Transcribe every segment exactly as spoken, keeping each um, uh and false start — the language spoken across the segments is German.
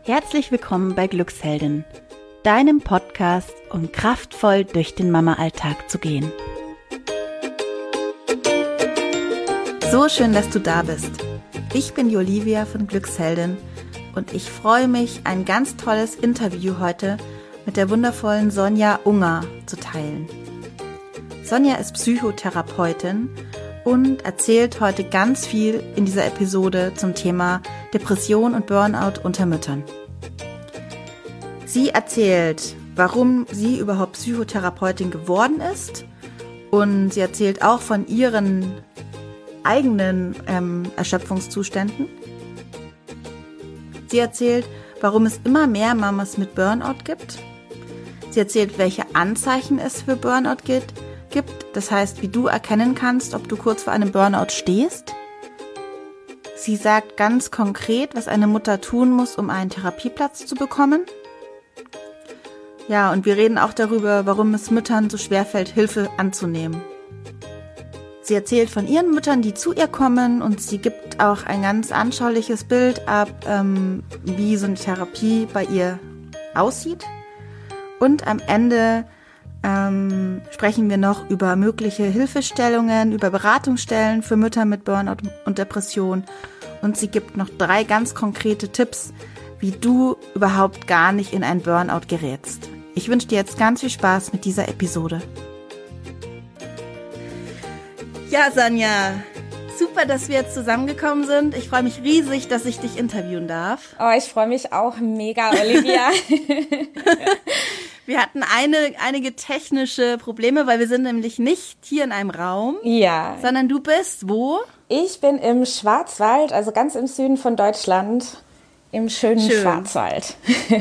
Herzlich willkommen bei Glücksheldin, deinem Podcast, um kraftvoll durch den Mama-Alltag zu gehen. So schön, dass du da bist. Ich bin die Olivia von Glücksheldin und ich freue mich, ein ganz tolles Interview heute mit der wundervollen Sonja Unger zu teilen. Sonja ist Psychotherapeutin und erzählt heute ganz viel in dieser Episode zum Thema Depression und Burnout unter Müttern. Sie erzählt, warum sie überhaupt Psychotherapeutin geworden ist, und sie erzählt auch von ihren eigenen ähm, Erschöpfungszuständen. Sie erzählt, warum es immer mehr Mamas mit Burnout gibt. Sie erzählt, welche Anzeichen es für Burnout gibt. gibt. Das heißt, wie du erkennen kannst, ob du kurz vor einem Burnout stehst. Sie sagt ganz konkret, was eine Mutter tun muss, um einen Therapieplatz zu bekommen. Ja, und wir reden auch darüber, warum es Müttern so schwerfällt, Hilfe anzunehmen. Sie erzählt von ihren Müttern, die zu ihr kommen, und sie gibt auch ein ganz anschauliches Bild ab, ähm, wie so eine Therapie bei ihr aussieht. Und am Ende Ähm, sprechen wir noch über mögliche Hilfestellungen, über Beratungsstellen für Mütter mit Burnout und Depression. Und sie gibt noch drei ganz konkrete Tipps, wie du überhaupt gar nicht in ein Burnout gerätst. Ich wünsche dir jetzt ganz viel Spaß mit dieser Episode. Ja, Sonja, super, dass wir jetzt zusammengekommen sind. Ich freue mich riesig, dass ich dich interviewen darf. Oh, ich freue mich auch mega, Olivia. Wir hatten eine, einige technische Probleme, weil wir sind nämlich nicht hier in einem Raum, ja, sondern du bist wo? Ich bin im Schwarzwald, also ganz im Süden von Deutschland, im schönen Schön. Schwarzwald.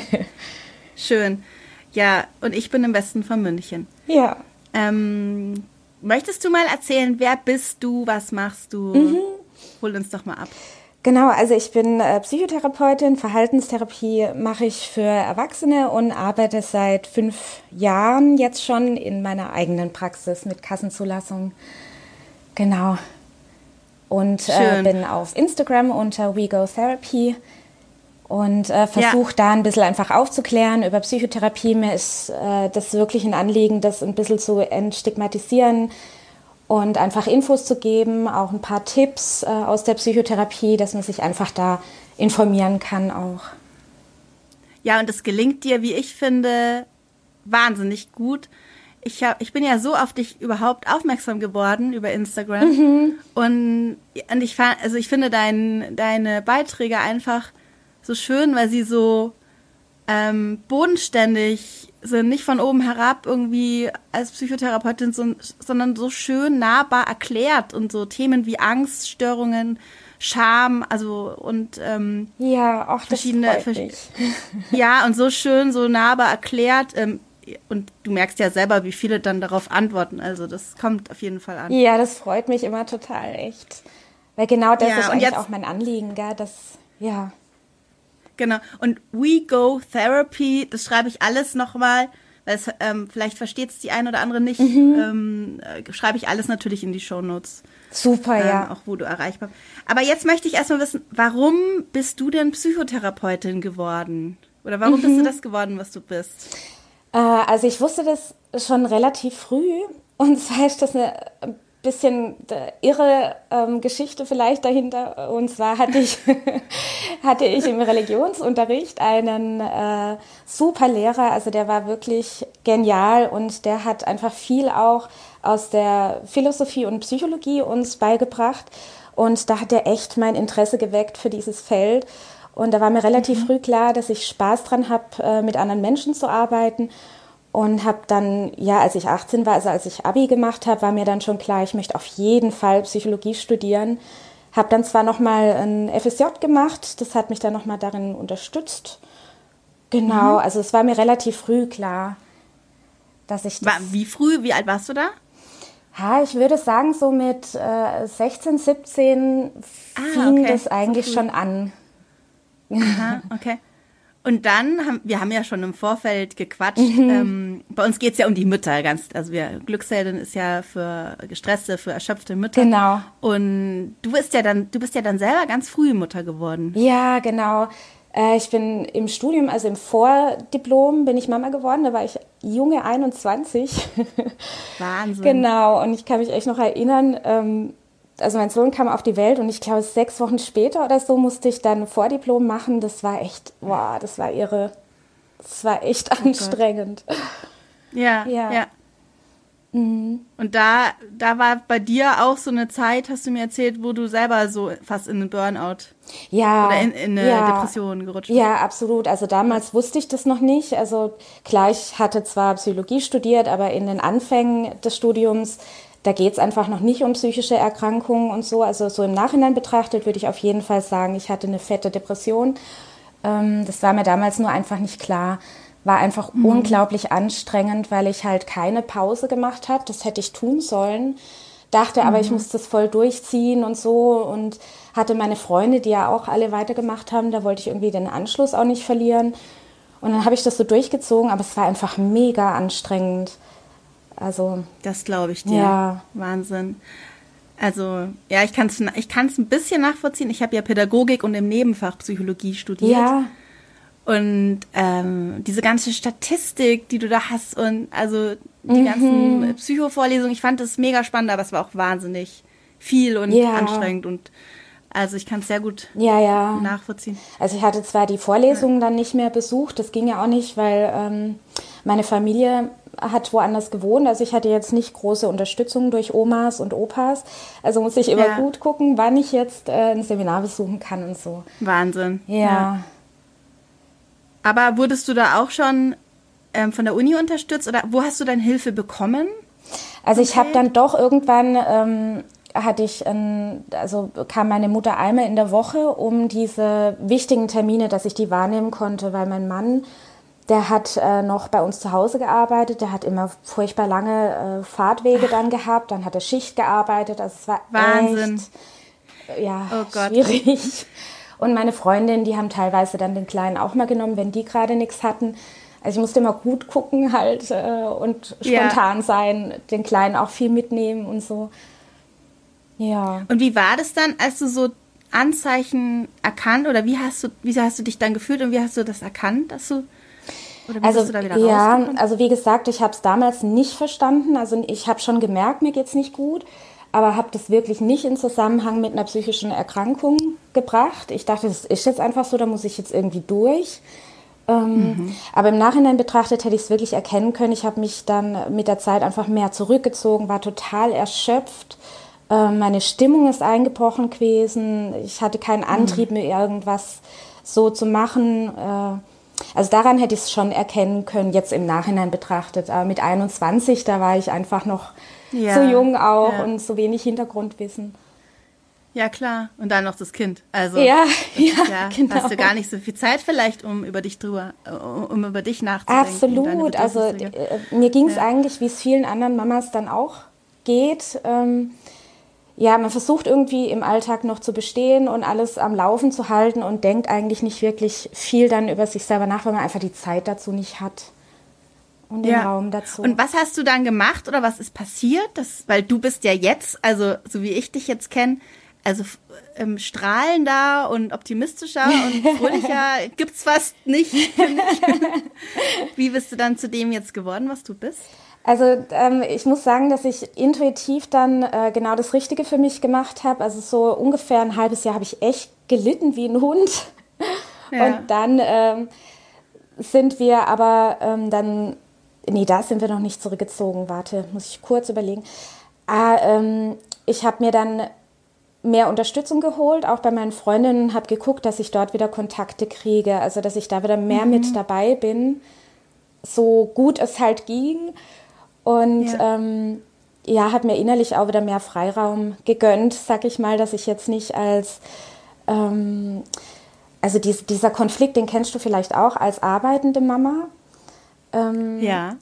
Schön. Ja, und ich bin im Westen von München. Ja. Ähm, möchtest du mal erzählen, wer bist du, was machst du? Mhm. Hol uns doch mal ab. Genau, also ich bin äh, Psychotherapeutin, Verhaltenstherapie mache ich für Erwachsene und arbeite seit fünf Jahren jetzt schon in meiner eigenen Praxis mit Kassenzulassung. Genau. Und äh, bin auf Instagram unter WeGoTherapy und äh, versuche ja. da ein bisschen einfach aufzuklären über Psychotherapie. Mir ist äh, das wirklich ein Anliegen, das ein bisschen zu entstigmatisieren und einfach Infos zu geben, auch ein paar Tipps äh, aus der Psychotherapie, dass man sich einfach da informieren kann auch. Ja, und es gelingt dir, wie ich finde, wahnsinnig gut. Ich, hab, ich bin ja so auf dich überhaupt aufmerksam geworden über Instagram. Mhm. Und, und ich, also ich finde dein, deine Beiträge einfach so schön, weil sie so ähm, bodenständig sind, nicht von oben herab irgendwie als Psychotherapeutin, so, sondern so schön nahbar erklärt und so Themen wie Angststörungen, Scham, also und ähm, ja, auch verschiedene, vers- ja, und so schön, so nahbar erklärt, ähm, und du merkst ja selber, wie viele dann darauf antworten, also das kommt auf jeden Fall an. Ja, das freut mich immer total, echt, weil genau das ja, ist eigentlich jetzt, auch mein Anliegen, gell, das, ja. Genau. Und WeGoTherapy, das schreibe ich alles nochmal, weil es, ähm, vielleicht versteht es die eine oder andere nicht, mhm. ähm, äh, schreibe ich alles natürlich in die Shownotes. Super, ähm, ja. Auch wo du erreichbar bist. Aber jetzt möchte ich erstmal wissen, warum bist du denn Psychotherapeutin geworden? Oder warum mhm. bist du das geworden, was du bist? Äh, also ich wusste das schon relativ früh, und zwar ist das eine bisschen irre ähm, Geschichte vielleicht dahinter. Und zwar hatte ich, hatte ich im Religionsunterricht einen äh, super Lehrer, also der war wirklich genial und der hat einfach viel auch aus der Philosophie und Psychologie uns beigebracht. Und da hat er echt mein Interesse geweckt für dieses Feld. Und da war mir relativ mhm. früh klar, dass ich Spaß dran habe, äh, mit anderen Menschen zu arbeiten. Und habe dann, ja, als ich achtzehn war, also als ich Abi gemacht habe, war mir dann schon klar, ich möchte auf jeden Fall Psychologie studieren. Habe dann zwar nochmal ein F S J gemacht, das hat mich dann nochmal darin unterstützt. Genau, mhm. also es war mir relativ früh klar, dass ich das... Wie früh, wie alt warst du da? Ja, ich würde sagen, so mit äh, sechzehn, siebzehn ah, fing okay. das eigentlich so schon an. Aha, okay. Und dann, haben, wir haben ja schon im Vorfeld gequatscht, mhm. ähm, bei uns geht's ja um die Mütter, ganz, also wir, Glücksheldin ist ja für gestresste, für erschöpfte Mütter. Genau. Und du bist ja dann, du bist ja dann selber ganz früh Mutter geworden. Ja, genau. Äh, ich bin im Studium, also im Vordiplom, bin ich Mama geworden. Da war ich junge einundzwanzig. Wahnsinn. Genau, und ich kann mich echt noch erinnern, ähm, also mein Sohn kam auf die Welt und ich glaube, sechs Wochen später oder so musste ich dann Vordiplom machen. Das war echt, wow, das war irre. Das war echt oh anstrengend. Gott. Ja, ja. ja. Mhm. Und da, da war bei dir auch so eine Zeit, hast du mir erzählt, wo du selber so fast in einen Burnout ja, oder in, in eine ja, Depression gerutscht bist. Ja, absolut. Also damals wusste ich das noch nicht. Also klar, ich hatte zwar Psychologie studiert, aber in den Anfängen des Studiums, da geht es einfach noch nicht um psychische Erkrankungen und so. Also so im Nachhinein betrachtet würde ich auf jeden Fall sagen, ich hatte eine fette Depression. Ähm, das war mir damals nur einfach nicht klar. War einfach mhm. unglaublich anstrengend, weil ich halt keine Pause gemacht habe. Das hätte ich tun sollen. Dachte mhm. aber, ich muss das voll durchziehen und so. Und hatte meine Freunde, die ja auch alle weitergemacht haben. Da wollte ich irgendwie den Anschluss auch nicht verlieren. Und dann habe ich das so durchgezogen, aber es war einfach mega anstrengend. Also das glaube ich dir. Ja. Wahnsinn. Also, ja, ich kann es ich kann's ein bisschen nachvollziehen. Ich habe ja Pädagogik und im Nebenfach Psychologie studiert. Ja. Und ähm, diese ganze Statistik, die du da hast und also die mhm. ganzen Psychovorlesungen, ich fand das mega spannend, aber es war auch wahnsinnig viel und ja. anstrengend und also ich kann es sehr gut ja, ja. nachvollziehen. Also ich hatte zwar die Vorlesungen ja. dann nicht mehr besucht, das ging ja auch nicht, weil ähm, meine Familie hat woanders gewohnt. Also ich hatte jetzt nicht große Unterstützung durch Omas und Opas. Also muss ich immer ja. gut gucken, wann ich jetzt äh, ein Seminar besuchen kann und so. Wahnsinn. Ja. ja. Aber wurdest du da auch schon ähm, von der Uni unterstützt oder wo hast du dann Hilfe bekommen? Also ich habe dann doch irgendwann, ähm, hatte ich, ein, also kam meine Mutter einmal in der Woche, um diese wichtigen Termine, dass ich die wahrnehmen konnte, weil mein Mann, der hat äh, noch bei uns zu Hause gearbeitet, der hat immer furchtbar lange äh, Fahrtwege Ach. dann gehabt, dann hat er Schicht gearbeitet, also es war Wahnsinn. echt ja, oh Gott. schwierig. Und meine Freundinnen, die haben teilweise dann den Kleinen auch mal genommen, wenn die gerade nichts hatten. Also ich musste immer gut gucken halt äh, und spontan ja. sein, den Kleinen auch viel mitnehmen und so. Ja. Und wie war das dann, als du so Anzeichen erkannt oder wie hast du, wie hast du dich dann gefühlt und wie hast du das erkannt, dass du oder wie also, bist du da wieder ja, rausgekommen? Also wie gesagt, ich habe es damals nicht verstanden. Also ich habe schon gemerkt, mir geht's nicht gut. Aber habe das wirklich nicht in Zusammenhang mit einer psychischen Erkrankung gebracht. Ich dachte, das ist jetzt einfach so, da muss ich jetzt irgendwie durch. Ähm, mhm. Aber im Nachhinein betrachtet hätte ich es wirklich erkennen können. Ich habe mich dann mit der Zeit einfach mehr zurückgezogen, war total erschöpft. Ähm, meine Stimmung ist eingebrochen gewesen. Ich hatte keinen Antrieb mhm. mehr, irgendwas so zu machen. Äh, also daran hätte ich es schon erkennen können, jetzt im Nachhinein betrachtet. Aber mit einundzwanzig, da war ich einfach noch ja, so jung auch ja. und so wenig Hintergrundwissen. Ja, klar. Und dann noch das Kind. Also ja, ja, ja genau. hast du gar nicht so viel Zeit vielleicht, um über dich drüber, um über dich nachzudenken. Absolut. Also äh, mir ging es ja. eigentlich, wie es vielen anderen Mamas dann auch geht. Ähm, ja, man versucht irgendwie im Alltag noch zu bestehen und alles am Laufen zu halten und denkt eigentlich nicht wirklich viel dann über sich selber nach, weil man einfach die Zeit dazu nicht hat. Und den ja. Raum dazu. Und was hast du dann gemacht oder was ist passiert? Das, weil du bist ja jetzt, also so wie ich dich jetzt kenne, also ähm, strahlender und optimistischer und fröhlicher gibt's fast nicht, finde ich. Wie bist du dann zu dem jetzt geworden, was du bist? Also ähm, ich muss sagen, dass ich intuitiv dann äh, genau das Richtige für mich gemacht habe. Also so ungefähr ein halbes Jahr habe ich echt gelitten wie ein Hund. Ja. Und dann ähm, sind wir aber ähm, dann Nee, da sind wir noch nicht zurückgezogen. Warte, muss ich kurz überlegen. Ah, ähm, ich habe mir dann mehr Unterstützung geholt, auch bei meinen Freundinnen, habe geguckt, dass ich dort wieder Kontakte kriege, also dass ich da wieder mehr mhm. mit dabei bin, so gut es halt ging. Und ja, ähm, ja habe mir innerlich auch wieder mehr Freiraum gegönnt, sag ich mal, dass ich jetzt nicht als... Ähm, also dies, dieser Konflikt, den kennst du vielleicht auch als arbeitende Mama. Ähm, ja.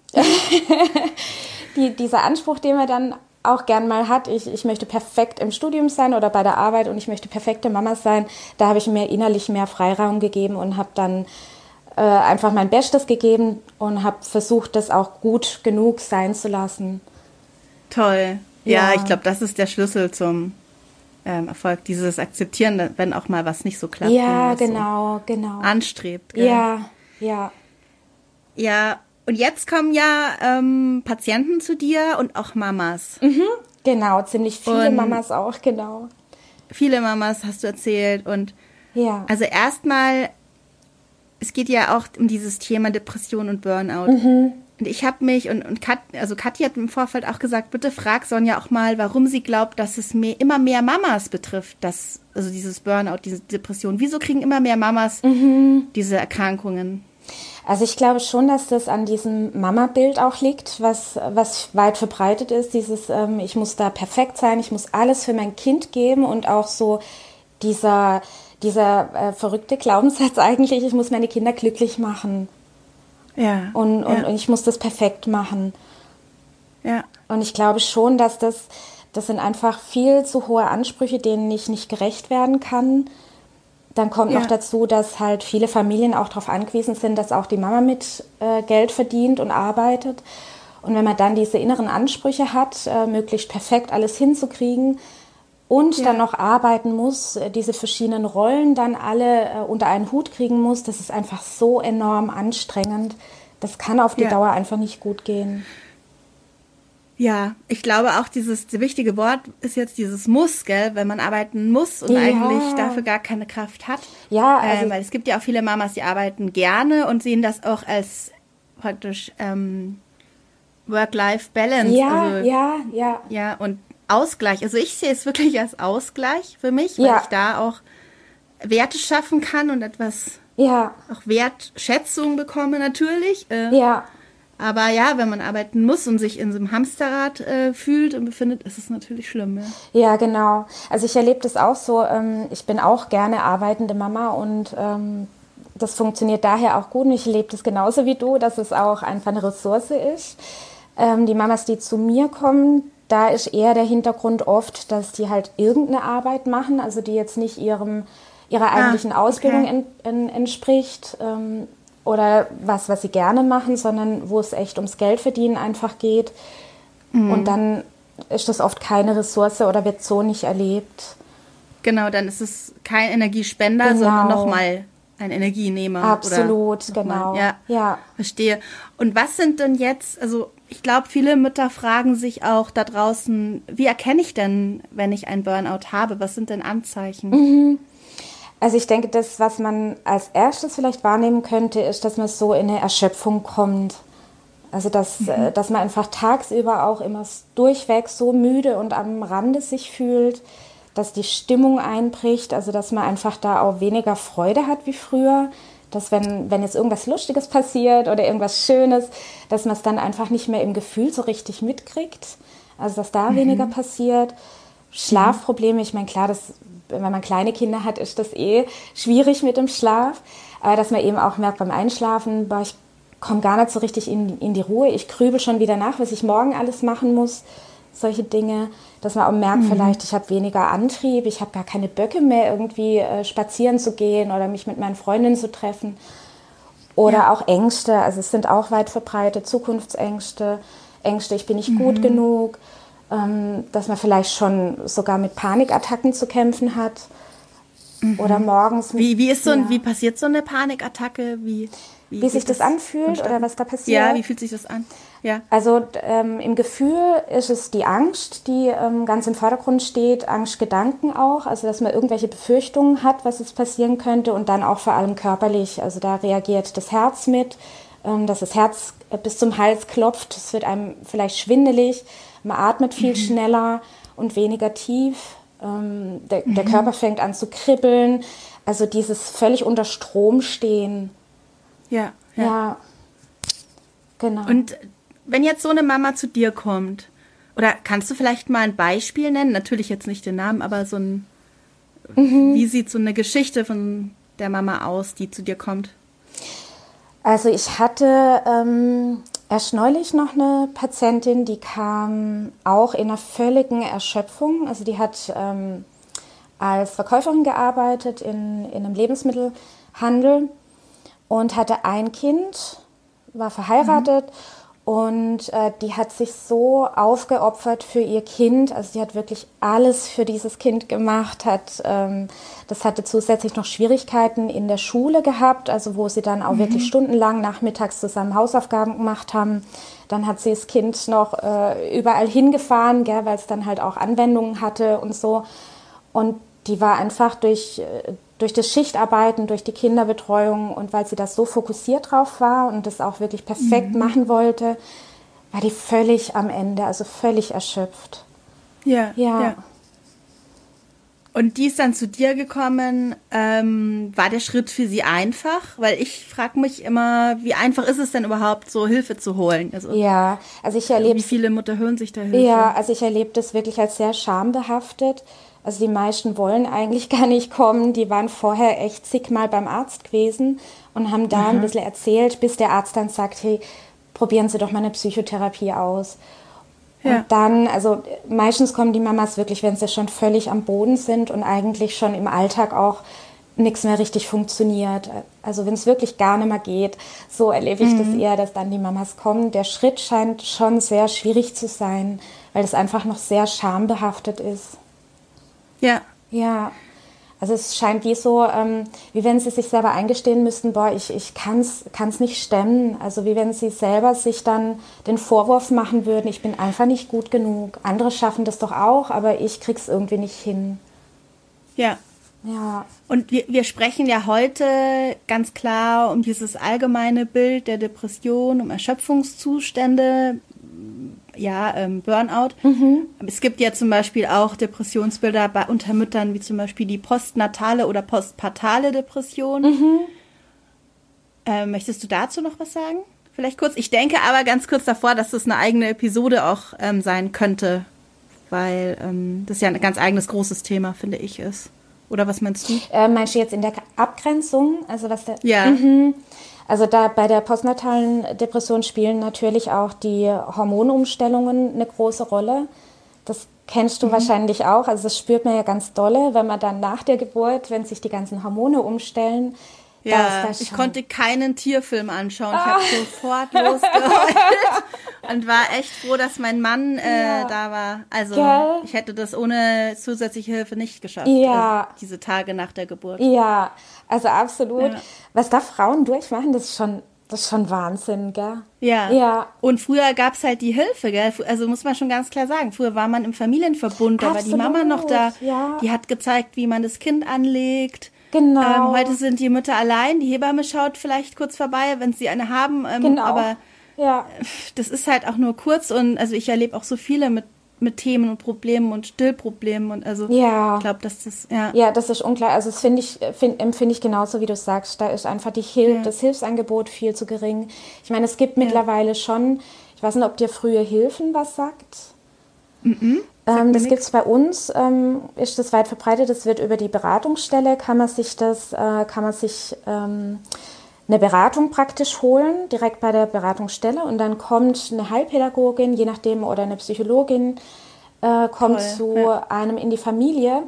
die, dieser Anspruch, den man dann auch gern mal hat, ich, ich möchte perfekt im Studium sein oder bei der Arbeit und ich möchte perfekte Mama sein, da habe ich mir innerlich mehr Freiraum gegeben und habe dann äh, einfach mein Bestes gegeben und habe versucht, das auch gut genug sein zu lassen. Toll. Ja, ja. Ich glaube, das ist der Schlüssel zum ähm, Erfolg, dieses Akzeptieren, wenn auch mal was nicht so klappt. Ja, genau, so genau. Anstrebt. Gell? Ja, ja. Ja, und jetzt kommen ja ähm, Patienten zu dir und auch Mamas. Mhm, genau, ziemlich viele und Mamas auch, genau. Viele Mamas hast du erzählt und ja. Also erstmal, es geht ja auch um dieses Thema Depression und Burnout. Mhm. Und ich habe mich, und, und Kat, also Kathi hat im Vorfeld auch gesagt, bitte frag Sonja auch mal, warum sie glaubt, dass es mehr, immer mehr Mamas betrifft, das, also dieses Burnout, diese Depression. Wieso kriegen immer mehr Mamas mhm. diese Erkrankungen? Also ich glaube schon, dass das an diesem Mama-Bild auch liegt, was, was weit verbreitet ist. Dieses, ähm, ich muss da perfekt sein, ich muss alles für mein Kind geben und auch so dieser, dieser äh, verrückte Glaubenssatz eigentlich, ich muss meine Kinder glücklich machen. Ja. Und, und, ja. und ich muss das perfekt machen. Ja. Und ich glaube schon, dass das, das sind einfach viel zu hohe Ansprüche, denen ich nicht gerecht werden kann. Dann kommt ja. noch dazu, dass halt viele Familien auch darauf angewiesen sind, dass auch die Mama mit äh, Geld verdient und arbeitet. Und wenn man dann diese inneren Ansprüche hat, äh, möglichst perfekt alles hinzukriegen und ja. dann noch arbeiten muss, äh, diese verschiedenen Rollen dann alle äh, unter einen Hut kriegen muss, das ist einfach so enorm anstrengend. Das kann auf die ja. Dauer einfach nicht gut gehen. Ja, ich glaube auch, dieses das wichtige Wort ist jetzt dieses Muss, gell, wenn man arbeiten muss und ja. eigentlich dafür gar keine Kraft hat. Ja, also ähm, weil es gibt ja auch viele Mamas, die arbeiten gerne und sehen das auch als praktisch ähm, Work-Life-Balance. Ja, also, ja, ja. Ja, und Ausgleich. Also ich sehe es wirklich als Ausgleich für mich, weil ja. ich da auch Werte schaffen kann und etwas, ja. auch Wertschätzung bekomme natürlich. Äh, ja. Aber ja, wenn man arbeiten muss und sich in so einem Hamsterrad äh, fühlt und befindet, ist es natürlich schlimm. Ja, ja genau. Also ich erlebe das auch so. Ähm, ich bin auch gerne arbeitende Mama und ähm, das funktioniert daher auch gut. Und ich erlebe das genauso wie du, dass es auch einfach eine Ressource ist. Ähm, die Mamas, die zu mir kommen, da ist eher der Hintergrund oft, dass die halt irgendeine Arbeit machen, also die jetzt nicht ihrem, ihrer eigentlichen ah, okay. Ausbildung en, en, entspricht. Ähm, oder was, was sie gerne machen, sondern wo es echt ums Geldverdienen einfach geht. Mhm. Und dann ist das oft keine Ressource oder wird so nicht erlebt. Genau, dann ist es kein Energiespender, genau. sondern nochmal ein Energienehmer. Absolut, oder genau. Ja, ja, verstehe. Und was sind denn jetzt, also ich glaube, viele Mütter fragen sich auch da draußen, wie erkenne ich denn, wenn ich einen Burnout habe? Was sind denn Anzeichen? Mhm. Also ich denke, das, was man als erstes vielleicht wahrnehmen könnte, ist, dass man so in eine Erschöpfung kommt. Also dass, mhm. dass man einfach tagsüber auch immer durchweg so müde und am Rande sich fühlt, dass die Stimmung einbricht, also dass man einfach da auch weniger Freude hat wie früher. Dass wenn, wenn jetzt irgendwas Lustiges passiert oder irgendwas Schönes, dass man es dann einfach nicht mehr im Gefühl so richtig mitkriegt. Also dass da mhm. weniger passiert. Schlafprobleme, ich meine, klar, das... wenn man kleine Kinder hat, ist das eh schwierig mit dem Schlaf. Aber dass man eben auch merkt beim Einschlafen, boah, ich komme gar nicht so richtig in, in die Ruhe. Ich grübel schon wieder nach, was ich morgen alles machen muss. Solche Dinge. Dass man auch merkt, mhm. vielleicht, ich habe weniger Antrieb, ich habe gar keine Böcke mehr, irgendwie äh, spazieren zu gehen oder mich mit meinen Freundinnen zu treffen. Oder ja. auch Ängste, also es sind auch weit verbreitet, Zukunftsängste, Ängste, ich bin nicht mhm. gut genug. Dass man vielleicht schon sogar mit Panikattacken zu kämpfen hat mhm. oder morgens... Mit, wie, wie, ist so ein, ja. wie passiert so eine Panikattacke? Wie, wie, wie sich das, das anfühlt oder was da passiert? Ja, wie fühlt sich das an? Ja. Also ähm, im Gefühl ist es die Angst, die ähm, ganz im Vordergrund steht, Angstgedanken auch, also dass man irgendwelche Befürchtungen hat, was jetzt passieren könnte und dann auch vor allem körperlich, also da reagiert das Herz mit, ähm, dass das Herz bis zum Hals klopft, es wird einem vielleicht schwindelig. Man atmet viel mhm. schneller und weniger tief. Ähm, der, mhm. der Körper fängt an zu kribbeln. Also dieses völlig unter Strom stehen. Ja, ja. Ja, genau. Und wenn jetzt so eine Mama zu dir kommt, oder kannst du vielleicht mal ein Beispiel nennen? Natürlich jetzt nicht den Namen, aber so ein, mhm. wie sieht so eine Geschichte von der Mama aus, die zu dir kommt? Also ich hatte... Ähm, Erst neulich noch eine Patientin, die kam auch in einer völligen Erschöpfung. Also die hat ähm, als Verkäuferin gearbeitet in, in einem Lebensmittelhandel und hatte ein Kind, war verheiratet mhm. Und äh, die hat sich so aufgeopfert für ihr Kind. Also die hat wirklich alles für dieses Kind gemacht. Hat, ähm, das hatte zusätzlich noch Schwierigkeiten in der Schule gehabt, also wo sie dann auch mhm. wirklich stundenlang nachmittags zusammen Hausaufgaben gemacht haben. Dann hat sie das Kind noch äh, überall hingefahren, gell, weil es dann halt auch Anwendungen hatte und so. Und die war einfach durch... Äh, durch das Schichtarbeiten, durch die Kinderbetreuung und weil sie da so fokussiert drauf war und das auch wirklich perfekt mhm. machen wollte, war die völlig am Ende, also völlig erschöpft. Ja, ja. ja. Und die ist dann zu dir gekommen. Ähm, war der Schritt für sie einfach? Weil ich frage mich immer, wie einfach ist es denn überhaupt, so Hilfe zu holen? Also, ja, also ich erlebe... Wie viele Mütter hören sich da Hilfe? Ja, also ich erlebe das wirklich als sehr schambehaftet. Also die meisten wollen eigentlich gar nicht kommen. Die waren vorher echt zigmal beim Arzt gewesen und haben da Aha. ein bisschen erzählt, bis der Arzt dann sagt, hey, probieren Sie doch mal eine Psychotherapie aus. Ja. Und dann, also meistens kommen die Mamas wirklich, wenn sie schon völlig am Boden sind und eigentlich schon im Alltag auch nichts mehr richtig funktioniert. Also wenn es wirklich gar nicht mehr geht, so erlebe ich mhm. das eher, dass dann die Mamas kommen. Der Schritt scheint schon sehr schwierig zu sein, weil es einfach noch sehr schambehaftet ist. Ja. Ja, also es scheint wie so, ähm, wie wenn sie sich selber eingestehen müssten, boah, ich, ich kann's, kann's nicht stemmen. Also wie wenn sie selber sich dann den Vorwurf machen würden, ich bin einfach nicht gut genug. Andere schaffen das doch auch, aber ich krieg's irgendwie nicht hin. Ja. Ja. Und wir, wir sprechen ja heute ganz klar um dieses allgemeine Bild der Depression, um Erschöpfungszustände, ja, ähm, Burnout. Mhm. Es gibt ja zum Beispiel auch Depressionsbilder bei unter Müttern, wie zum Beispiel die postnatale oder postpartale Depression. Mhm. Ähm, möchtest du dazu noch was sagen? Vielleicht kurz. Ich denke aber ganz kurz davor, dass das eine eigene Episode auch ähm, sein könnte, weil ähm, das ja ein ganz eigenes großes Thema, finde ich, ist. Oder was meinst du? Äh, meinst du jetzt in der Abgrenzung? Also was der, ja. Mhm. Also da bei der postnatalen Depression spielen natürlich auch die Hormonumstellungen eine große Rolle. Das kennst du mhm. wahrscheinlich auch. Also das spürt man ja ganz dolle, wenn man dann nach der Geburt, wenn sich die ganzen Hormone umstellen. Ja, ich konnte keinen Tierfilm anschauen. Ich habe sofort losgeheult und war echt froh, dass mein Mann äh, ja. da war. Also Gell? Ich hätte das ohne zusätzliche Hilfe nicht geschafft, ja. also diese Tage nach der Geburt. Ja, also absolut. Ja. Was da Frauen durchmachen, das ist schon, das ist schon Wahnsinn, gell? Ja. ja. Und früher gab es halt die Hilfe, gell? Also muss man schon ganz klar sagen, früher war man im Familienverbund, da war die Mama noch da, ja. die hat gezeigt, wie man das Kind anlegt. Genau. Ähm, heute sind die Mütter allein, die Hebamme schaut vielleicht kurz vorbei, wenn sie eine haben, ähm, genau. aber ja. das ist halt auch nur kurz und also ich erlebe auch so viele mit, mit Themen und Problemen und Stillproblemen und also ja. ich glaube, dass das, ja. Ja, das ist unklar, also das finde ich, find, empfinde ich genauso, wie du sagst, da ist einfach die Hil- ja. das Hilfsangebot viel zu gering. Ich meine, es gibt ja. mittlerweile schon, ich weiß nicht, ob dir frühe Hilfen was sagt. Mhm. Ähm, das gibt es bei uns, ähm, ist das weit verbreitet, das wird über die Beratungsstelle, kann man sich das, äh, kann man sich ähm, eine Beratung praktisch holen, direkt bei der Beratungsstelle und dann kommt eine Heilpädagogin, je nachdem, oder eine Psychologin, äh, kommt Toll, zu ja. einem in die Familie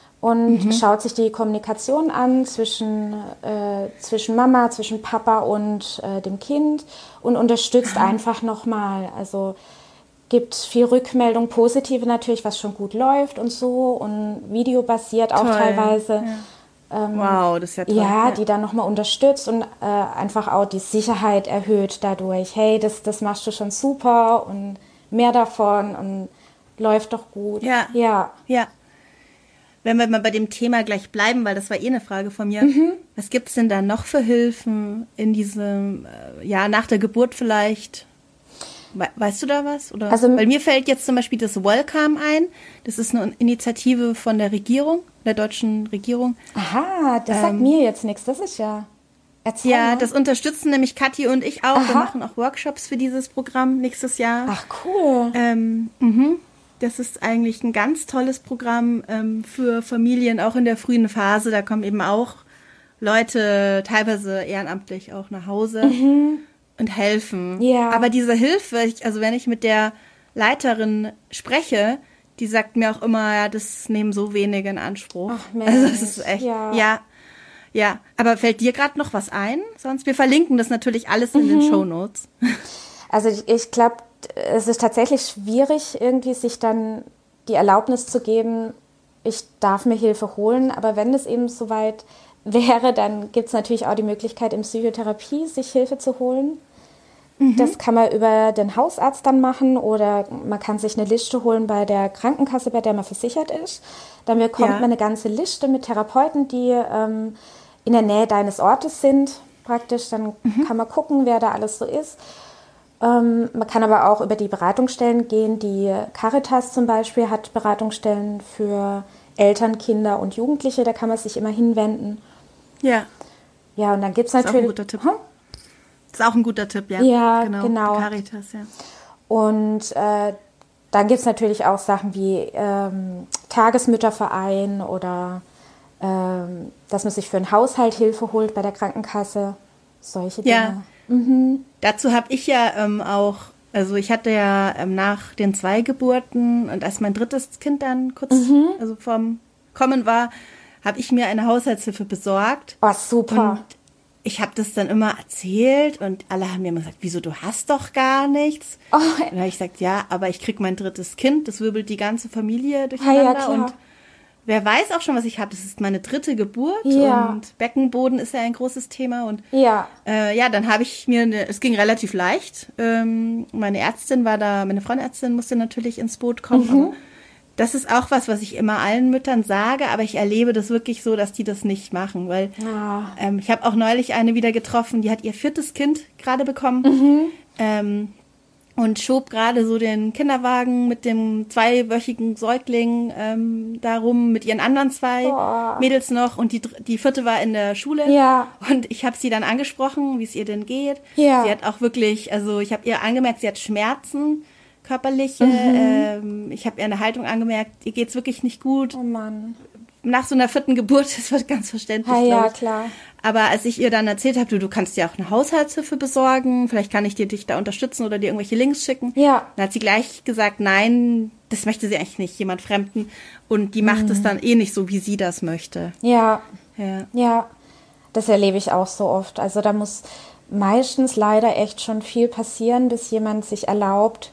und mhm. schaut sich die Kommunikation an zwischen, äh, zwischen Mama, zwischen Papa und äh, dem Kind und unterstützt mhm. einfach nochmal, also gibt viel Rückmeldung, positive natürlich, was schon gut läuft und so und videobasiert auch toll. teilweise. Ja. Ähm, wow, das ist ja toll. Ja, ja. die dann nochmal unterstützt und äh, einfach auch die Sicherheit erhöht dadurch. Hey, das, das machst du schon super und mehr davon und läuft doch gut. Ja, ja. ja. Wenn wir mal bei dem Thema gleich bleiben, weil das war eh eine Frage von mir. Mhm. Was gibt es denn da noch für Hilfen in diesem, äh, ja, nach der Geburt vielleicht? Weißt du da was? Oder? Also, Weil mir fällt jetzt zum Beispiel das Welcome ein. Das ist eine Initiative von der Regierung, der deutschen Regierung. Aha, das ähm, sagt mir jetzt nichts. Das ist ja... Erzähl ja, mal. Das unterstützen nämlich Kathi und ich auch. Aha. Wir machen auch Workshops für dieses Programm nächstes Jahr. Ach, cool. Ähm, mhm. Das ist eigentlich ein ganz tolles Programm ähm, für Familien, auch in der frühen Phase. Da kommen eben auch Leute, teilweise ehrenamtlich auch nach Hause. Mhm. Und helfen. Ja. Aber diese Hilfe, ich, also wenn ich mit der Leiterin spreche, die sagt mir auch immer, ja, das nehmen so wenige in Anspruch. Ach Mensch. Also das ist echt, ja. ja, ja. Aber fällt dir gerade noch was ein? Sonst, wir verlinken das natürlich alles in mhm. den Shownotes. Also ich, ich glaube, es ist tatsächlich schwierig, irgendwie sich dann die Erlaubnis zu geben, ich darf mir Hilfe holen. Aber wenn es eben soweit wäre, dann gibt es natürlich auch die Möglichkeit, in Psychotherapie sich Hilfe zu holen. Mhm. Das kann man über den Hausarzt dann machen oder man kann sich eine Liste holen bei der Krankenkasse, bei der man versichert ist. Dann bekommt ja. man eine ganze Liste mit Therapeuten, die ähm, in der Nähe deines Ortes sind, praktisch. Dann mhm. kann man gucken, wer da alles so ist. Ähm, man kann aber auch über die Beratungsstellen gehen. Die Caritas zum Beispiel hat Beratungsstellen für Eltern, Kinder und Jugendliche. Da kann man sich immer hinwenden. Ja. Ja, und dann gibt es natürlich... Das ist auch ein guter Tipp. Hm? Das ist auch ein guter Tipp, ja. Ja, genau. genau. Caritas, ja. Und äh, dann gibt es natürlich auch Sachen wie ähm, Tagesmütterverein oder ähm, dass man sich für einen Haushalt Hilfe holt bei der Krankenkasse. Solche Dinge. Ja. Mhm. Dazu habe ich ja ähm, auch, also ich hatte ja ähm, nach den zwei Geburten und als mein drittes Kind dann kurz, mhm. also vorm Kommen war, habe ich mir eine Haushaltshilfe besorgt. Oh, super. Und ich habe das dann immer erzählt und alle haben mir immer gesagt, wieso, du hast doch gar nichts. Oh. Und dann habe ich gesagt, ja, aber ich kriege mein drittes Kind, das wirbelt die ganze Familie durcheinander. Ja, ja, und wer weiß auch schon, was ich habe. Das ist meine dritte Geburt ja. und Beckenboden ist ja ein großes Thema. Und ja, äh, ja dann habe ich mir, eine, es ging relativ leicht. Ähm, meine Ärztin war da, meine Frauenärztin musste natürlich ins Boot kommen. Mhm. Aber das ist auch was, was ich immer allen Müttern sage, aber ich erlebe das wirklich so, dass die das nicht machen, weil ah. ähm, ich habe auch neulich eine wieder getroffen, die hat ihr viertes Kind gerade bekommen mhm. ähm, und schob gerade so den Kinderwagen mit dem zweiwöchigen Säugling ähm, darum mit ihren anderen zwei oh. Mädels noch und die die vierte war in der Schule ja. und ich habe sie dann angesprochen, wie es ihr denn geht. Ja. Sie hat auch wirklich, also ich habe ihr angemerkt, sie hat Schmerzen, körperliche. Mhm. Ähm, ich habe ihr eine Haltung angemerkt, ihr geht's wirklich nicht gut. Oh Mann. Nach so einer vierten Geburt, das wird ganz verständlich, ja, ja, ich. klar. Aber als ich ihr dann erzählt habe, du, du kannst dir auch eine Haushaltshilfe besorgen, vielleicht kann ich dir dich da unterstützen oder dir irgendwelche Links schicken. Ja. Dann hat sie gleich gesagt, nein, das möchte sie eigentlich nicht, jemand Fremden. Und die macht es mhm. dann eh nicht so, wie sie das möchte. Ja. Ja. Ja, das erlebe ich auch so oft. Also da muss meistens leider echt schon viel passieren, bis jemand sich erlaubt,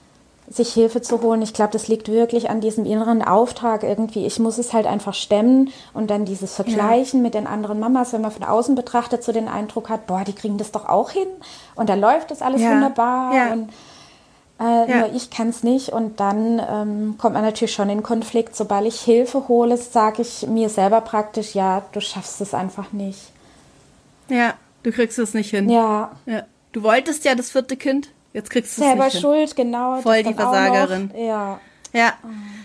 sich Hilfe zu holen. Ich glaube, das liegt wirklich an diesem inneren Auftrag irgendwie. Ich muss es halt einfach stemmen und dann dieses Vergleichen ja. mit den anderen Mamas, wenn man von außen betrachtet, so den Eindruck hat, boah, die kriegen das doch auch hin und da läuft das alles ja. wunderbar ja. und äh, ja. nur ich kann es nicht und dann ähm, kommt man natürlich schon in Konflikt. Sobald ich Hilfe hole, sage ich mir selber praktisch, ja, du schaffst es einfach nicht. Ja, du kriegst es nicht hin. Ja. ja. Du wolltest ja das vierte Kind. Jetzt kriegst du es selber nicht schuld, hin. genau. Voll die Versagerin. Ja. Ja.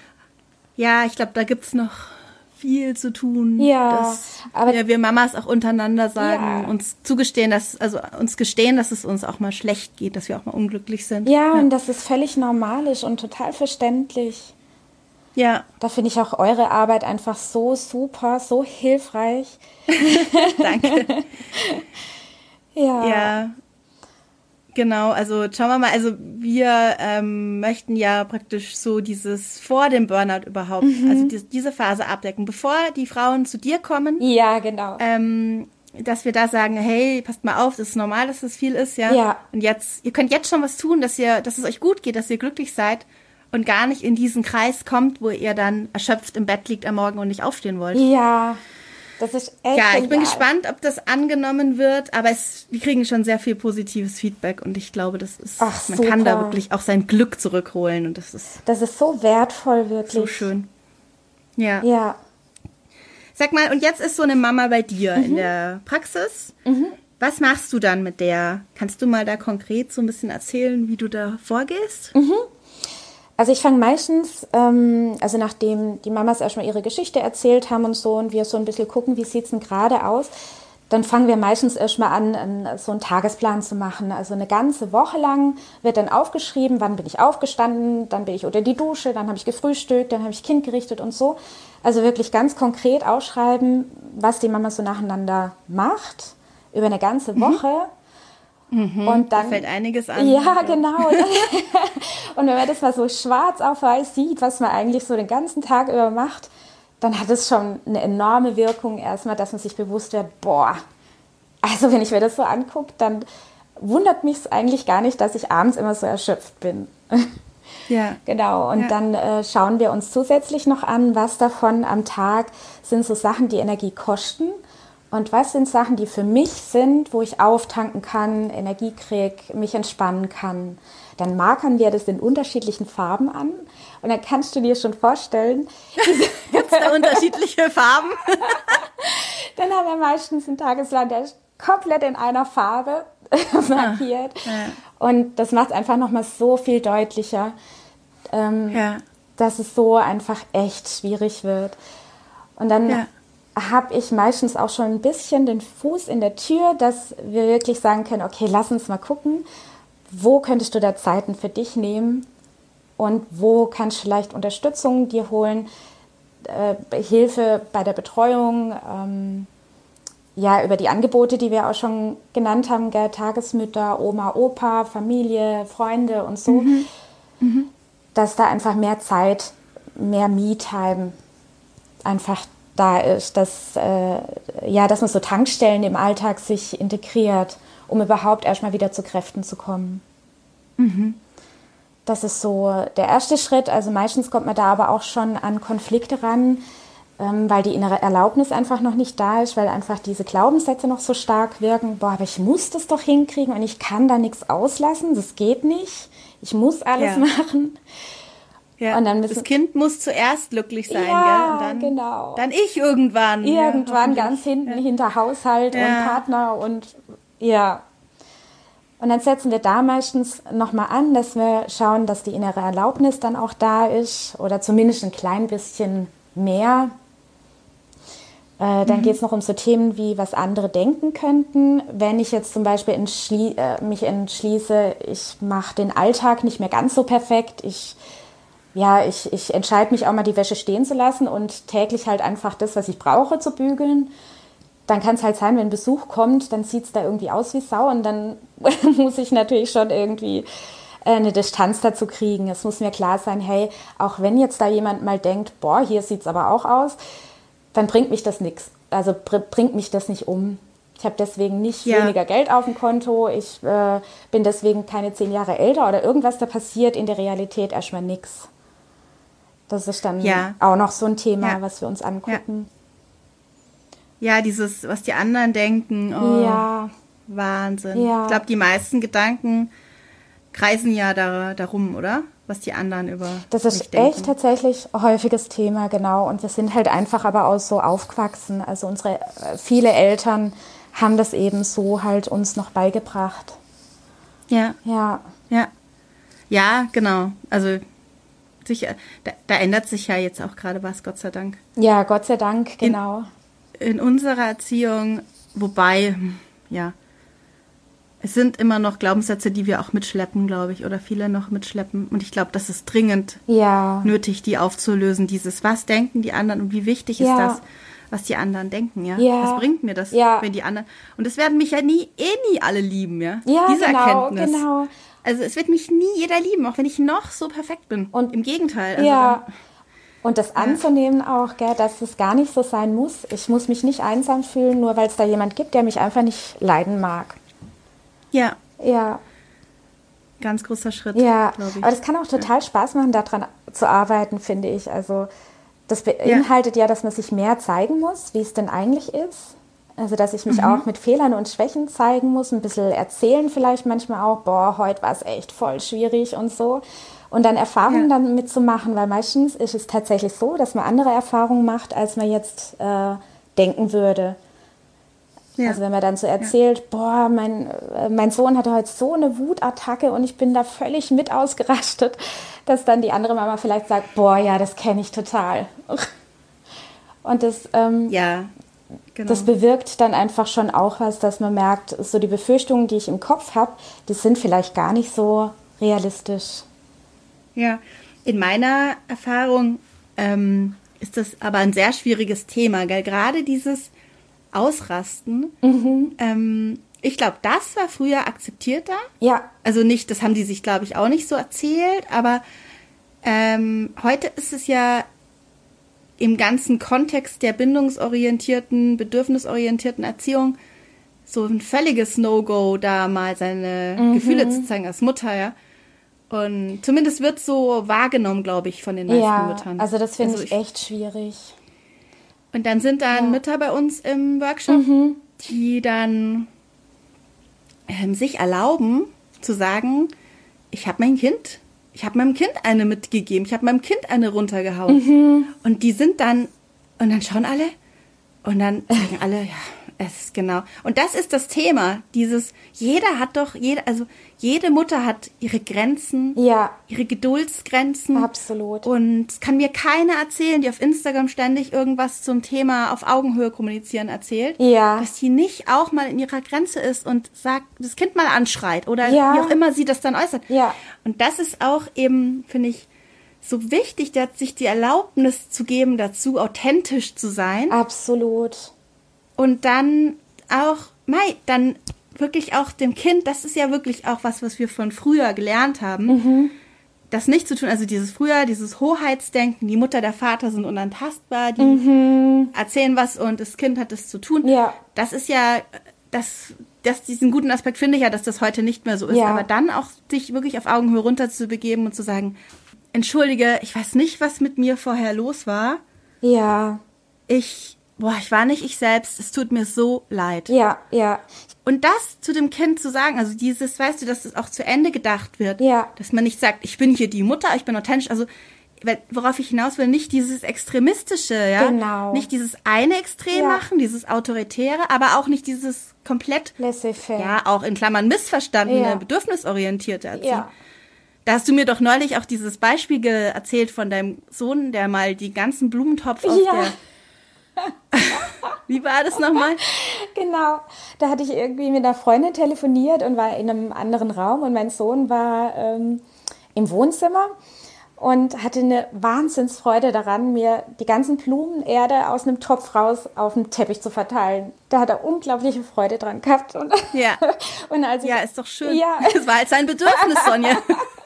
Ja, ich glaube, da gibt's noch viel zu tun. Ja, dass aber ja, wir Mamas auch untereinander sagen, ja. uns zugestehen, dass, also uns gestehen, dass es uns auch mal schlecht geht, dass wir auch mal unglücklich sind. Ja, ja. und dass es völlig normal ist und total verständlich. Ja. Da finde ich auch eure Arbeit einfach so super, so hilfreich. Danke. ja. Ja. Genau, also schauen wir mal, also wir ähm, möchten ja praktisch so dieses vor dem Burnout überhaupt, mhm. also die, diese Phase abdecken, bevor die Frauen zu dir kommen. Ja, genau. Ähm, dass wir da sagen, hey, passt mal auf, das ist normal, dass das viel ist, ja. Ja. Und jetzt, ihr könnt jetzt schon was tun, dass ihr, dass es euch gut geht, dass ihr glücklich seid und gar nicht in diesen Kreis kommt, wo ihr dann erschöpft im Bett liegt am Morgen und nicht aufstehen wollt. Ja. Das ist echt ja, ich genial. bin gespannt, ob das angenommen wird, aber es, wir kriegen schon sehr viel positives Feedback und ich glaube, das ist, Ach, man super. kann da wirklich auch sein Glück zurückholen und das ist das ist so wertvoll, wirklich. So schön. Ja. Ja. Sag mal, und jetzt ist so eine Mama bei dir mhm. in der Praxis. Mhm. Was machst du dann mit der? Kannst du mal da konkret so ein bisschen erzählen, wie du da vorgehst? Mhm. Also ich fange meistens, ähm, also nachdem die Mamas erstmal ihre Geschichte erzählt haben und so und wir so ein bisschen gucken, wie sieht es denn gerade aus, dann fangen wir meistens erstmal an, einen, so einen Tagesplan zu machen. Also eine ganze Woche lang wird dann aufgeschrieben, wann bin ich aufgestanden, dann bin ich unter die Dusche, dann habe ich gefrühstückt, dann habe ich Kind gerichtet und so. Also wirklich ganz konkret ausschreiben, was die Mama so nacheinander macht, über eine ganze Woche. Mhm. Mhm, und dann da fällt einiges an. Ja, genau. Und wenn man das mal so schwarz auf weiß sieht, was man eigentlich so den ganzen Tag über macht, dann hat es schon eine enorme Wirkung erstmal, dass man sich bewusst wird, boah, also wenn ich mir das so angucke, dann wundert mich es eigentlich gar nicht, dass ich abends immer so erschöpft bin. Ja. Genau, und ja. dann äh, schauen wir uns zusätzlich noch an, was davon am Tag sind so Sachen, die Energie kosten und was sind Sachen, die für mich sind, wo ich auftanken kann, Energie kriege, mich entspannen kann. Dann markern wir das in unterschiedlichen Farben an und dann kannst du dir schon vorstellen. Gibt es da unterschiedliche Farben? Dann haben wir meistens einen Tagesplan, der ist komplett in einer Farbe markiert. Ah, ja. Und das macht es einfach nochmal so viel deutlicher, ähm, ja. dass es so einfach echt schwierig wird. Und dann ja. habe ich meistens auch schon ein bisschen den Fuß in der Tür, dass wir wirklich sagen können, okay, lass uns mal gucken, wo könntest du da Zeiten für dich nehmen und wo kannst du vielleicht Unterstützung dir holen, äh, Hilfe bei der Betreuung, ähm, ja, über die Angebote, die wir auch schon genannt haben, gell, Tagesmütter, Oma, Opa, Familie, Freunde und so, mhm. Mhm. dass da einfach mehr Zeit, mehr Me-Time einfach da ist, dass, äh, ja, dass man so Tankstellen im Alltag sich integriert, um überhaupt erstmal wieder zu Kräften zu kommen. Mhm. Das ist so der erste Schritt. Also meistens kommt man da aber auch schon an Konflikte ran, ähm, weil die innere Erlaubnis einfach noch nicht da ist, weil einfach diese Glaubenssätze noch so stark wirken. Boah, aber ich muss das doch hinkriegen und ich kann da nichts auslassen, das geht nicht. Ich muss alles ja. machen. Ja, und dann müssen, das Kind muss zuerst glücklich sein, ja, gell? Und dann, genau. dann ich irgendwann. Irgendwann ja, ganz hinten, ja. hinter Haushalt ja. und Partner und ja. Und dann setzen wir da meistens nochmal an, dass wir schauen, dass die innere Erlaubnis dann auch da ist oder zumindest ein klein bisschen mehr. Äh, dann mhm. geht es noch um so Themen wie, was andere denken könnten. Wenn ich jetzt zum Beispiel entschlie- äh, mich entschließe, ich mache den Alltag nicht mehr ganz so perfekt, ich Ja, ich, ich entscheide mich auch mal, die Wäsche stehen zu lassen und täglich halt einfach das, was ich brauche, zu bügeln. Dann kann es halt sein, wenn Besuch kommt, dann sieht es da irgendwie aus wie Sau und dann muss ich natürlich schon irgendwie äh, eine Distanz dazu kriegen. Es muss mir klar sein, hey, auch wenn jetzt da jemand mal denkt, boah, hier sieht es aber auch aus, dann bringt mich das nichts. Also br- bringt mich das nicht um. Ich habe deswegen nicht ja. weniger Geld auf dem Konto, ich äh, bin deswegen keine zehn Jahre älter oder irgendwas, da passiert in der Realität erstmal nichts. Das ist dann ja. auch noch so ein Thema, ja. was wir uns angucken. Ja, ja dieses, was die anderen denken, oh, ja. Wahnsinn. Ja. Ich glaube, die meisten Gedanken kreisen ja da, darum, oder? Was die anderen über Das ist echt denken. Tatsächlich ein häufiges Thema, genau. Und wir sind halt einfach aber auch so aufgewachsen. Also unsere viele Eltern haben das eben so halt uns noch beigebracht. Ja. Ja. Ja. Ja, genau. Also sicher, da, da ändert sich ja jetzt auch gerade was, Gott sei Dank. Ja, Gott sei Dank, genau. In, in unserer Erziehung, wobei, ja, es sind immer noch Glaubenssätze, die wir auch mitschleppen, glaube ich, oder viele noch mitschleppen. Und ich glaube, das ist dringend ja. nötig, die aufzulösen. Dieses, was denken die anderen und wie wichtig ja. ist das, was die anderen denken, ja? ja. Was bringt mir das, ja. wenn die anderen... Und es werden mich ja nie, eh nie alle lieben, ja? Ja, Diese genau, Erkenntnis. genau. Also es wird mich nie jeder lieben, auch wenn ich noch so perfekt bin. Und im Gegenteil. Also ja. dann, und das anzunehmen auch, gell, dass es gar nicht so sein muss. Ich muss mich nicht einsam fühlen, nur weil es da jemand gibt, der mich einfach nicht leiden mag. Ja. Ja. Ganz großer Schritt, ja. glaube ich. Aber das kann auch total Spaß machen, daran zu arbeiten, finde ich. Also das beinhaltet ja. ja, dass man sich mehr zeigen muss, wie es denn eigentlich ist. Also dass ich mich mhm. auch mit Fehlern und Schwächen zeigen muss, ein bisschen erzählen vielleicht manchmal auch, boah, heute war es echt voll schwierig und so. Und dann Erfahrungen ja. damit zu machen, weil meistens ist es tatsächlich so, dass man andere Erfahrungen macht, als man jetzt äh, denken würde. Ja. Also wenn man dann so erzählt, ja. boah, mein, mein Sohn hatte heute so eine Wutattacke und ich bin da völlig mit ausgerastet, dass dann die andere Mama vielleicht sagt, boah, ja, das kenne ich total. Und das, ähm, ja, genau. das bewirkt dann einfach schon auch was, dass man merkt, so die Befürchtungen, die ich im Kopf habe, die sind vielleicht gar nicht so realistisch. Ja, in meiner Erfahrung ähm, ist das aber ein sehr schwieriges Thema, gell? Gerade dieses Ausrasten. Mhm. Ähm, ich glaube, das war früher akzeptierter. Ja. Also nicht, das haben die sich, glaube ich, auch nicht so erzählt, aber ähm, heute ist es ja im ganzen Kontext der bindungsorientierten, bedürfnisorientierten Erziehung so ein völliges No-Go, da mal seine mhm. Gefühle zu zeigen als Mutter, ja. Und zumindest wird so wahrgenommen, glaube ich, von den meisten ja, Müttern. Also das finde also ich echt schwierig. Und dann sind dann ja. Mütter bei uns im Workshop, mhm. die dann ähm, sich erlauben zu sagen, ich habe mein Kind, ich habe meinem Kind eine mitgegeben, ich habe meinem Kind eine runtergehauen. Mhm. Und die sind dann, und dann schauen alle und dann sagen alle, ja, es ist genau. Und das ist das Thema, dieses, jeder hat doch, jede, also jede Mutter hat ihre Grenzen, ja. ihre Geduldsgrenzen. Absolut. Und es kann mir keiner erzählen, die auf Instagram ständig irgendwas zum Thema auf Augenhöhe kommunizieren erzählt, ja. dass die nicht auch mal in ihrer Grenze ist und sagt, das Kind mal anschreit oder ja. wie auch immer sie das dann äußert. Ja. Und das ist auch eben, finde ich, so wichtig, sich die Erlaubnis zu geben, dazu authentisch zu sein. Absolut. Und dann auch, mei, dann wirklich auch dem Kind, das ist ja wirklich auch was, was wir von früher gelernt haben, mhm. das nicht zu tun, also dieses früher, dieses Hoheitsdenken, die Mutter, der Vater sind unantastbar, die mhm. erzählen was und das Kind hat es zu tun. Ja. Das ist ja, das, das, diesen guten Aspekt finde ich ja, dass das heute nicht mehr so ist, ja. aber dann auch sich wirklich auf Augenhöhe runter zu begeben und zu sagen, entschuldige, ich weiß nicht, was mit mir vorher los war. Ja. Ich Boah, ich war nicht ich selbst, es tut mir so leid. Ja, ja. Und das zu dem Kind zu sagen, also dieses, weißt du, dass es auch zu Ende gedacht wird. Ja. Dass man nicht sagt, ich bin hier die Mutter, ich bin authentisch. Also, worauf ich hinaus will, nicht dieses Extremistische, ja. Genau. Nicht dieses eine Extrem ja. machen, dieses Autoritäre, aber auch nicht dieses komplett, laissez-faire. Ja, auch in Klammern missverstandene, ja. bedürfnisorientierte Erziehung. Ja. Da hast du mir doch neulich auch dieses Beispiel erzählt von deinem Sohn, der mal die ganzen Blumentopf auf ja. der... Wie war das nochmal? Genau, da hatte ich irgendwie mit einer Freundin telefoniert und war in einem anderen Raum und mein Sohn war ähm, im Wohnzimmer und hatte eine Wahnsinnsfreude daran, mir die ganzen Blumenerde aus einem Topf raus auf den Teppich zu verteilen. Da hat er unglaubliche Freude dran gehabt. Und, ja, und als ich, ja, ist doch schön. Ja. Das war halt sein Bedürfnis, Sonja.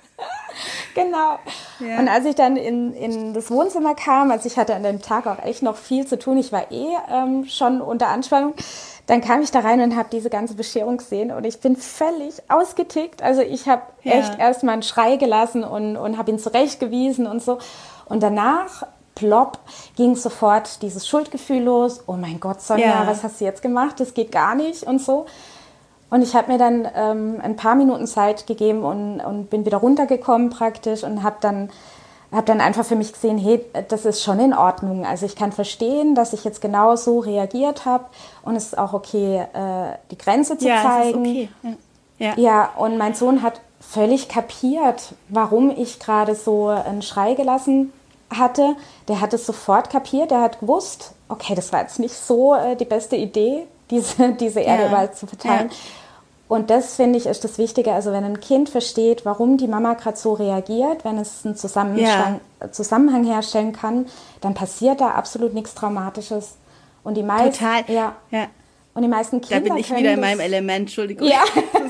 Genau. Ja. Und als ich dann in, in das Wohnzimmer kam, also ich hatte an dem Tag auch echt noch viel zu tun, ich war eh ähm, schon unter Anspannung, dann kam ich da rein und habe diese ganze Bescherung gesehen und ich bin völlig ausgetickt. Also ich habe ja. echt erstmal einen Schrei gelassen und, und habe ihn zurechtgewiesen und so. Und danach, plopp, ging sofort dieses Schuldgefühl los. Oh mein Gott, Sonja, ja. was hast du jetzt gemacht? Das geht gar nicht und so. Und ich habe mir dann ähm, ein paar Minuten Zeit gegeben und, und bin wieder runtergekommen praktisch und habe dann, hab dann einfach für mich gesehen, hey, das ist schon in Ordnung. Also ich kann verstehen, dass ich jetzt genau so reagiert habe und es ist auch okay, äh, die Grenze zu ja, zeigen. Es ist okay. Ja. Ja. ja, und mein Sohn hat völlig kapiert, warum ich gerade so einen Schrei gelassen hatte. Der hat es sofort kapiert, der hat gewusst, okay, das war jetzt nicht so äh, die beste Idee, diese, diese Erde ja. überall zu verteilen. Ja. Und das, finde ich, ist das Wichtige. Also wenn ein Kind versteht, warum die Mama gerade so reagiert, wenn es einen Zusammenhang, ja. Zusammenhang herstellen kann, dann passiert da absolut nichts Traumatisches. Und die meisten, Total. Ja. ja. Und die meisten Kinder Da bin ich wieder in meinem Element, Entschuldigung. Ja.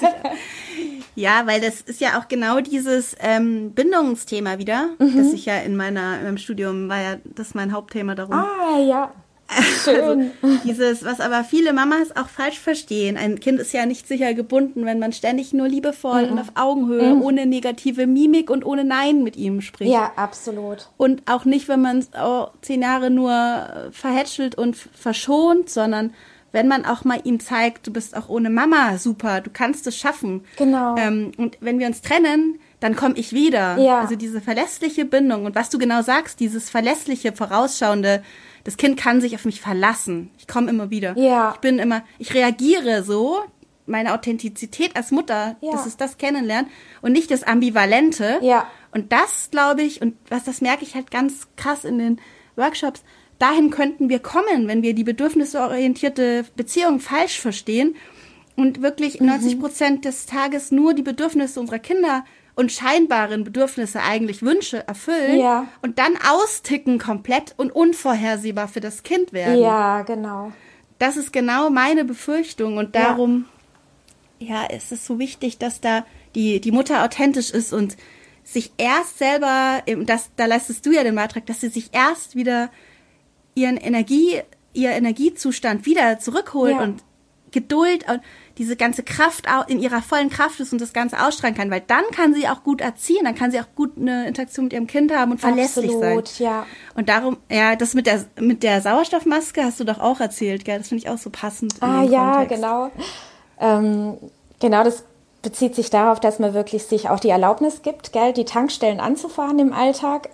Ja, weil das ist ja auch genau dieses ähm, Bindungsthema wieder, mhm. das ich ja in meiner in meinem Studium war ja das mein Hauptthema darum. Ah, ja. Schön. Also dieses, was aber viele Mamas auch falsch verstehen. Ein Kind ist ja nicht sicher gebunden, wenn man ständig nur liebevoll mhm. und auf Augenhöhe, mhm. ohne negative Mimik und ohne Nein mit ihm spricht. Ja, absolut. Und auch nicht, wenn man es auch zehn Jahre nur verhätschelt und verschont, sondern wenn man auch mal ihm zeigt, du bist auch ohne Mama super, du kannst es schaffen. Genau. Ähm, und wenn wir uns trennen, dann komme ich wieder. Ja. Also diese verlässliche Bindung. Und was du genau sagst, dieses verlässliche, vorausschauende, das Kind kann sich auf mich verlassen. Ich komme immer wieder. Ja. Ich bin immer, ich reagiere so, meine Authentizität als Mutter, ja. das ist das Kennenlernen und nicht das Ambivalente. Ja. Und das, glaube ich, und was das merke ich halt ganz krass in den Workshops, dahin könnten wir kommen, wenn wir die bedürfnisorientierte Beziehung falsch verstehen und wirklich mhm. neunzig Prozent des Tages nur die Bedürfnisse unserer Kinder und scheinbaren Bedürfnisse, eigentlich Wünsche erfüllen ja. und dann austicken komplett und unvorhersehbar für das Kind werden. Ja, genau. Das ist genau meine Befürchtung und darum, ja, ja ist es so wichtig, dass da die, die Mutter authentisch ist und sich erst selber, das, da leistest du ja den Beitrag, dass sie sich erst wieder ihren Energie, ihr Energiezustand wieder zurückholt ja. und Geduld und diese ganze Kraft in ihrer vollen Kraft ist und das Ganze ausstrahlen kann, weil dann kann sie auch gut erziehen, dann kann sie auch gut eine Interaktion mit ihrem Kind haben und verlässlich Absolut, sein. Ja. Und darum, ja, das mit der mit der Sauerstoffmaske hast du doch auch erzählt, gell? Das finde ich auch so passend. Ah in dem ja, Kontext. genau. Ähm, genau, das bezieht sich darauf, dass man wirklich sich auch die Erlaubnis gibt, gell, die Tankstellen anzufahren im Alltag.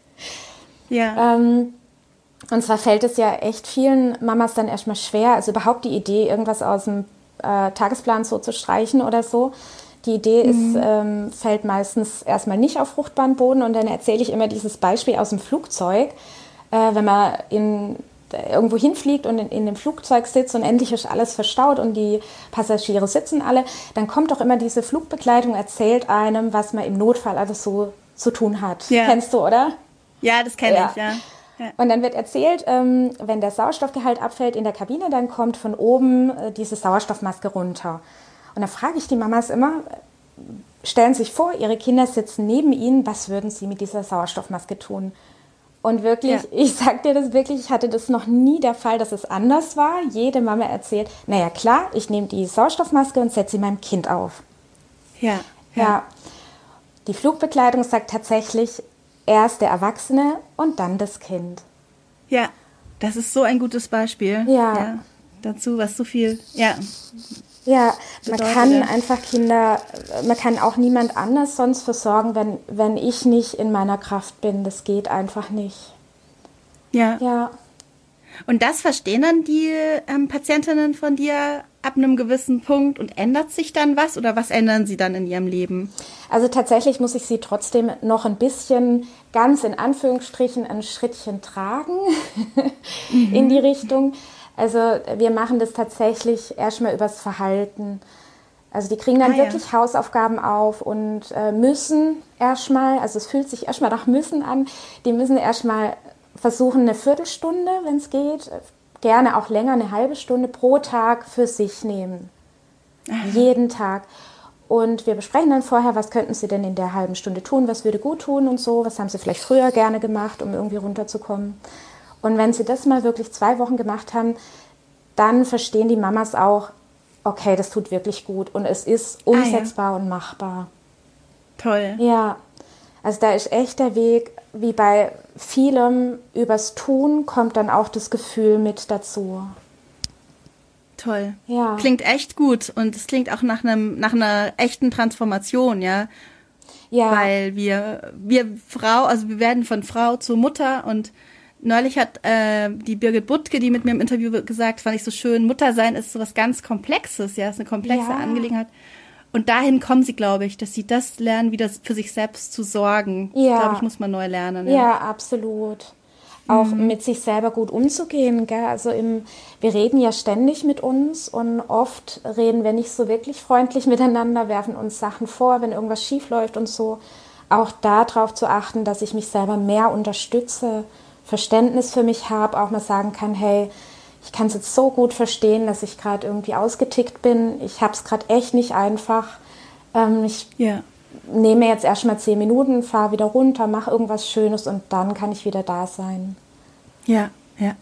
Ja. ähm, und zwar fällt es ja echt vielen Mamas dann erstmal schwer, also überhaupt die Idee, irgendwas aus dem äh, Tagesplan so zu streichen oder so. Die Idee ist, mhm. ähm, fällt meistens erstmal nicht auf fruchtbaren Boden und dann erzähle ich immer dieses Beispiel aus dem Flugzeug, äh, wenn man in, irgendwo hinfliegt und in, in dem Flugzeug sitzt und endlich ist alles verstaut und die Passagiere sitzen alle, dann kommt doch immer diese Flugbegleitung, erzählt einem, was man im Notfall alles so zu tun hat. Ja. Kennst du, oder? Ja, das kenne Ja. ich, ja. Ja. Und dann wird erzählt, ähm, wenn der Sauerstoffgehalt abfällt in der Kabine, dann kommt von oben äh, diese Sauerstoffmaske runter. Und dann frage ich die Mamas immer, stellen Sie sich vor, Ihre Kinder sitzen neben Ihnen, was würden Sie mit dieser Sauerstoffmaske tun? Und wirklich, ja. ich sage dir das wirklich, ich hatte das noch nie der Fall, dass es anders war. Jede Mama erzählt, naja klar, ich nehme die Sauerstoffmaske und setze sie meinem Kind auf. Ja. Ja. ja. Die Flugbegleitung sagt tatsächlich, erst der Erwachsene und dann das Kind. Ja, das ist so ein gutes Beispiel. Ja. ja dazu, was so viel, ja. Ja, man bedeutet, kann ja. einfach Kinder, man kann auch niemand anders sonst versorgen, wenn, wenn ich nicht in meiner Kraft bin. Das geht einfach nicht. Ja. Ja. Und das verstehen dann die ähm, Patientinnen von dir ab einem gewissen Punkt und ändert sich dann was oder was ändern sie dann in ihrem Leben? Also tatsächlich muss ich sie trotzdem noch ein bisschen, ganz in Anführungsstrichen, ein Schrittchen tragen mhm. in die Richtung. Also wir machen das tatsächlich erstmal übers Verhalten. Also die kriegen dann ah, wirklich ja. Hausaufgaben auf und äh, müssen erstmal, also es fühlt sich erstmal nach müssen an, die müssen erstmal versuchen, eine Viertelstunde, wenn es geht, gerne auch länger, eine halbe Stunde pro Tag für sich nehmen. Aha. Jeden Tag. Und wir besprechen dann vorher, was könnten Sie denn in der halben Stunde tun, was würde gut tun und so, was haben Sie vielleicht früher gerne gemacht, um irgendwie runterzukommen. Und wenn Sie das mal wirklich zwei Wochen gemacht haben, dann verstehen die Mamas auch, okay, das tut wirklich gut und es ist umsetzbar ah, ja. und machbar. Toll. Ja, also da ist echt der Weg, wie bei vielem übers Tun kommt dann auch das Gefühl mit dazu. Toll. Ja. Klingt echt gut und es klingt auch nach einem nach einer echten Transformation, ja. Ja. Weil wir wir Frau, also wir werden von Frau zu Mutter und neulich hat äh, die Birgit Buttke, die mit mir im Interview gesagt, fand ich so schön, Muttersein ist so was ganz Komplexes, ja, ist eine komplexe ja. Angelegenheit. Und dahin kommen sie, glaube ich, dass sie das lernen, wieder für sich selbst zu sorgen. Ja. Das, glaube ich, muss man neu lernen. Ja, ja absolut. Auch mhm. mit sich selber gut umzugehen. Gell? Also im, wir reden ja ständig mit uns und oft reden wir nicht so wirklich freundlich miteinander, werfen uns Sachen vor, wenn irgendwas schief läuft und so. Auch darauf zu achten, dass ich mich selber mehr unterstütze, Verständnis für mich habe, auch mal sagen kann, hey, ich kann es jetzt so gut verstehen, dass ich gerade irgendwie ausgetickt bin. Ich habe es gerade echt nicht einfach. Ähm, ich ja. nehme jetzt erstmal zehn Minuten, fahre wieder runter, mache irgendwas Schönes und dann kann ich wieder da sein. Ja, ja.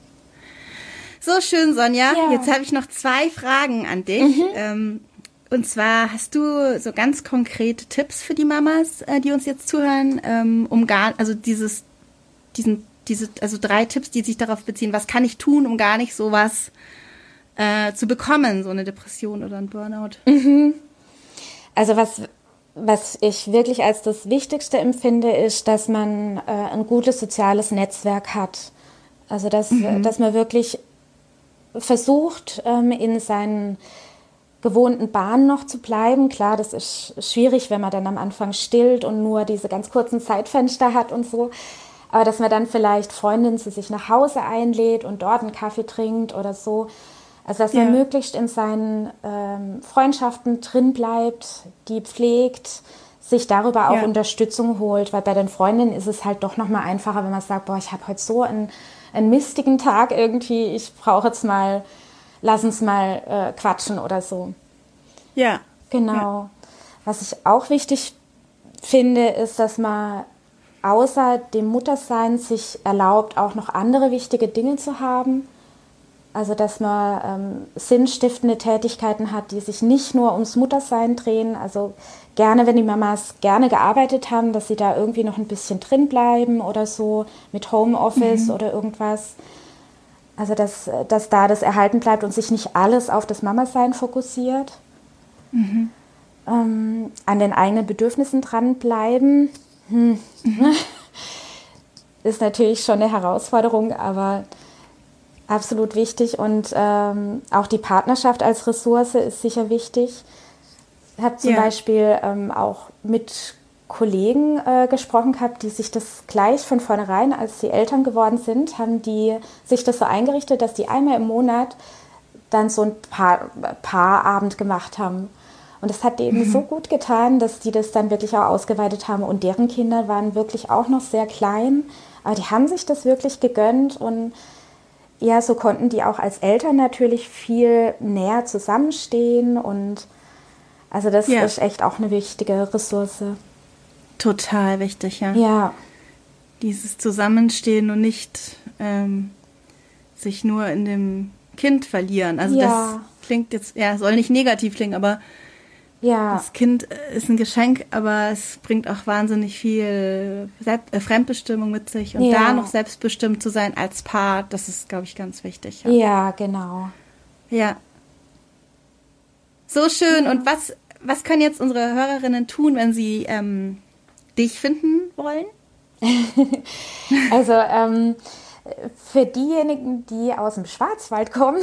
So schön, Sonja. Ja. Jetzt habe ich noch zwei Fragen an dich. Mhm. Ähm, und zwar hast du so ganz konkrete Tipps für die Mamas, äh, die uns jetzt zuhören, ähm, um gar, also dieses, diesen Diese, also drei Tipps, die sich darauf beziehen, was kann ich tun, um gar nicht sowas äh, zu bekommen, so eine Depression oder ein Burnout? Mhm. Also was, was ich wirklich als das Wichtigste empfinde, ist, dass man äh, ein gutes soziales Netzwerk hat. Also dass, mhm. dass man wirklich versucht, ähm, in seinen gewohnten Bahnen noch zu bleiben. Klar, das ist schwierig, wenn man dann am Anfang stillt und nur diese ganz kurzen Zeitfenster hat und so. Aber dass man dann vielleicht Freundinnen zu sich nach Hause einlädt und dort einen Kaffee trinkt oder so. Also dass man ja. möglichst in seinen ähm, Freundschaften drin bleibt, die pflegt, sich darüber auch ja. Unterstützung holt. Weil bei den Freundinnen ist es halt doch nochmal einfacher, wenn man sagt, boah, ich habe heute so einen, einen mistigen Tag irgendwie, ich brauche jetzt mal, lass uns mal äh, quatschen oder so. Ja. Genau. Ja. Was ich auch wichtig finde, ist, dass man außer dem Muttersein sich erlaubt, auch noch andere wichtige Dinge zu haben. Also dass man ähm, sinnstiftende Tätigkeiten hat, die sich nicht nur ums Muttersein drehen. Also gerne, wenn die Mamas gerne gearbeitet haben, dass sie da irgendwie noch ein bisschen drin bleiben oder so mit Homeoffice mhm. oder irgendwas. Also dass, dass da das erhalten bleibt und sich nicht alles auf das Mamasein fokussiert. Mhm. Ähm, an den eigenen Bedürfnissen dranbleiben. Hm. Mhm. Ist natürlich schon eine Herausforderung, aber absolut wichtig. Und ähm, auch die Partnerschaft als Ressource ist sicher wichtig. Ich habe zum ja. Beispiel ähm, auch mit Kollegen äh, gesprochen gehabt, die sich das gleich von vornherein, als sie Eltern geworden sind, haben die sich das so eingerichtet, dass die einmal im Monat dann so ein Paar, Paarabend gemacht haben. Und das hat denen mhm. so gut getan, dass die das dann wirklich auch ausgeweitet haben. Und deren Kinder waren wirklich auch noch sehr klein. Aber die haben sich das wirklich gegönnt. Und ja, so konnten die auch als Eltern natürlich viel näher zusammenstehen. Und also das ja. ist echt auch eine wichtige Ressource. Total wichtig, ja. Ja. Dieses Zusammenstehen und nicht ähm, sich nur in dem Kind verlieren. Also ja. das klingt jetzt, ja, soll nicht negativ klingen, aber ja. das Kind ist ein Geschenk, aber es bringt auch wahnsinnig viel Selbst- äh, Fremdbestimmung mit sich. Und ja. da noch selbstbestimmt zu sein als Paar, das ist, glaube ich, ganz wichtig. Ja, ja genau. Ja. So schön. Ja. Und was, was können jetzt unsere Hörerinnen tun, wenn sie ähm, dich finden wollen? Also, ähm, für diejenigen, die aus dem Schwarzwald kommen,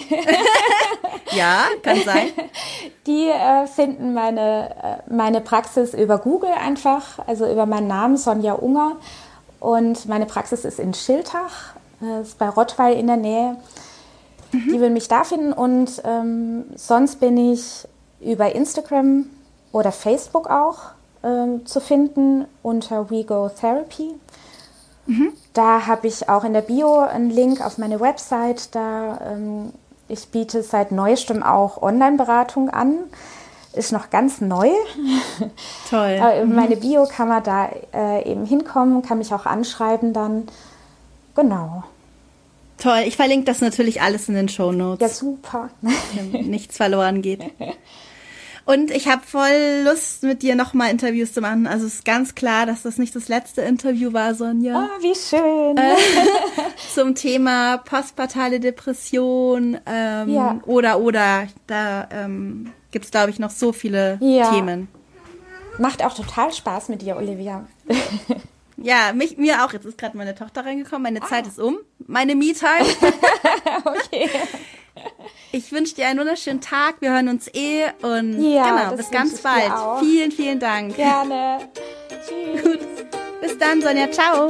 ja, kann sein, die äh, finden meine, äh, meine Praxis über Google einfach, also über meinen Namen Sonja Unger, und meine Praxis ist in Schiltach, äh, ist bei Rottweil in der Nähe. Mhm. Die will mich da finden, und ähm, sonst bin ich über Instagram oder Facebook auch äh, zu finden unter We Go Therapy. Mhm. Da habe ich auch in der Bio einen Link auf meine Website. Da ähm, ich biete seit neuestem auch Online-Beratung an. Ist noch ganz neu. Toll. äh, mhm. Meine Bio kann man da äh, eben hinkommen, kann mich auch anschreiben dann. Genau. Toll. Ich verlinke das natürlich alles in den Shownotes. Ja, super. Damit nichts verloren geht. Und ich habe voll Lust, mit dir nochmal Interviews zu machen. Also es ist ganz klar, dass das nicht das letzte Interview war, Sonja. Oh, wie schön. Äh, zum Thema postpartale Depression ähm, ja. oder, oder. Da ähm, gibt es, glaube ich, noch so viele ja. Themen. Macht auch total Spaß mit dir, Olivia. Ja, mich, mir auch. Jetzt ist gerade meine Tochter reingekommen. Meine ah. Zeit ist um. Meine Me-Time. Okay. Ich wünsche dir einen wunderschönen Tag. Wir hören uns eh. Und ja, genau, bis ganz bald. Vielen, vielen Dank. Gerne. Tschüss. Gut. Bis dann, Sonja. Ciao.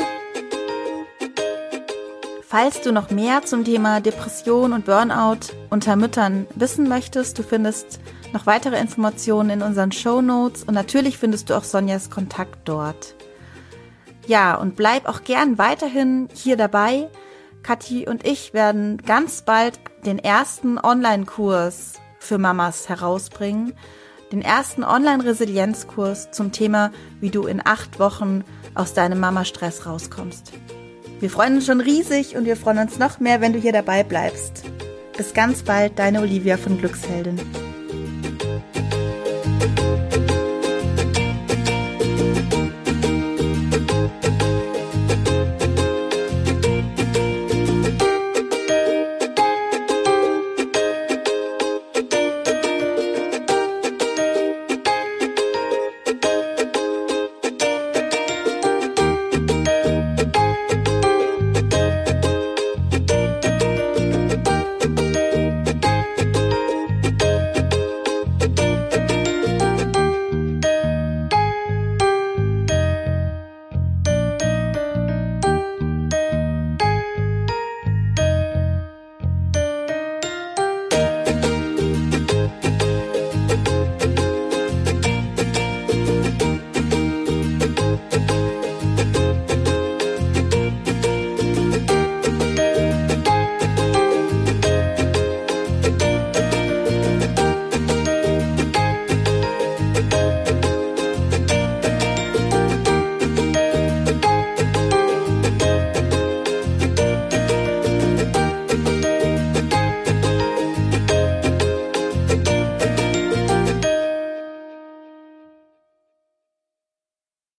Falls du noch mehr zum Thema Depression und Burnout unter Müttern wissen möchtest, du findest noch weitere Informationen in unseren Shownotes. Und natürlich findest du auch Sonjas Kontakt dort. Ja, und bleib auch gern weiterhin hier dabei. Kathi und ich werden ganz bald den ersten Online-Kurs für Mamas herausbringen. Den ersten Online-Resilienzkurs zum Thema, wie du in acht Wochen aus deinem Mama-Stress rauskommst. Wir freuen uns schon riesig und wir freuen uns noch mehr, wenn du hier dabei bleibst. Bis ganz bald, deine Olivia von Glücksheldin.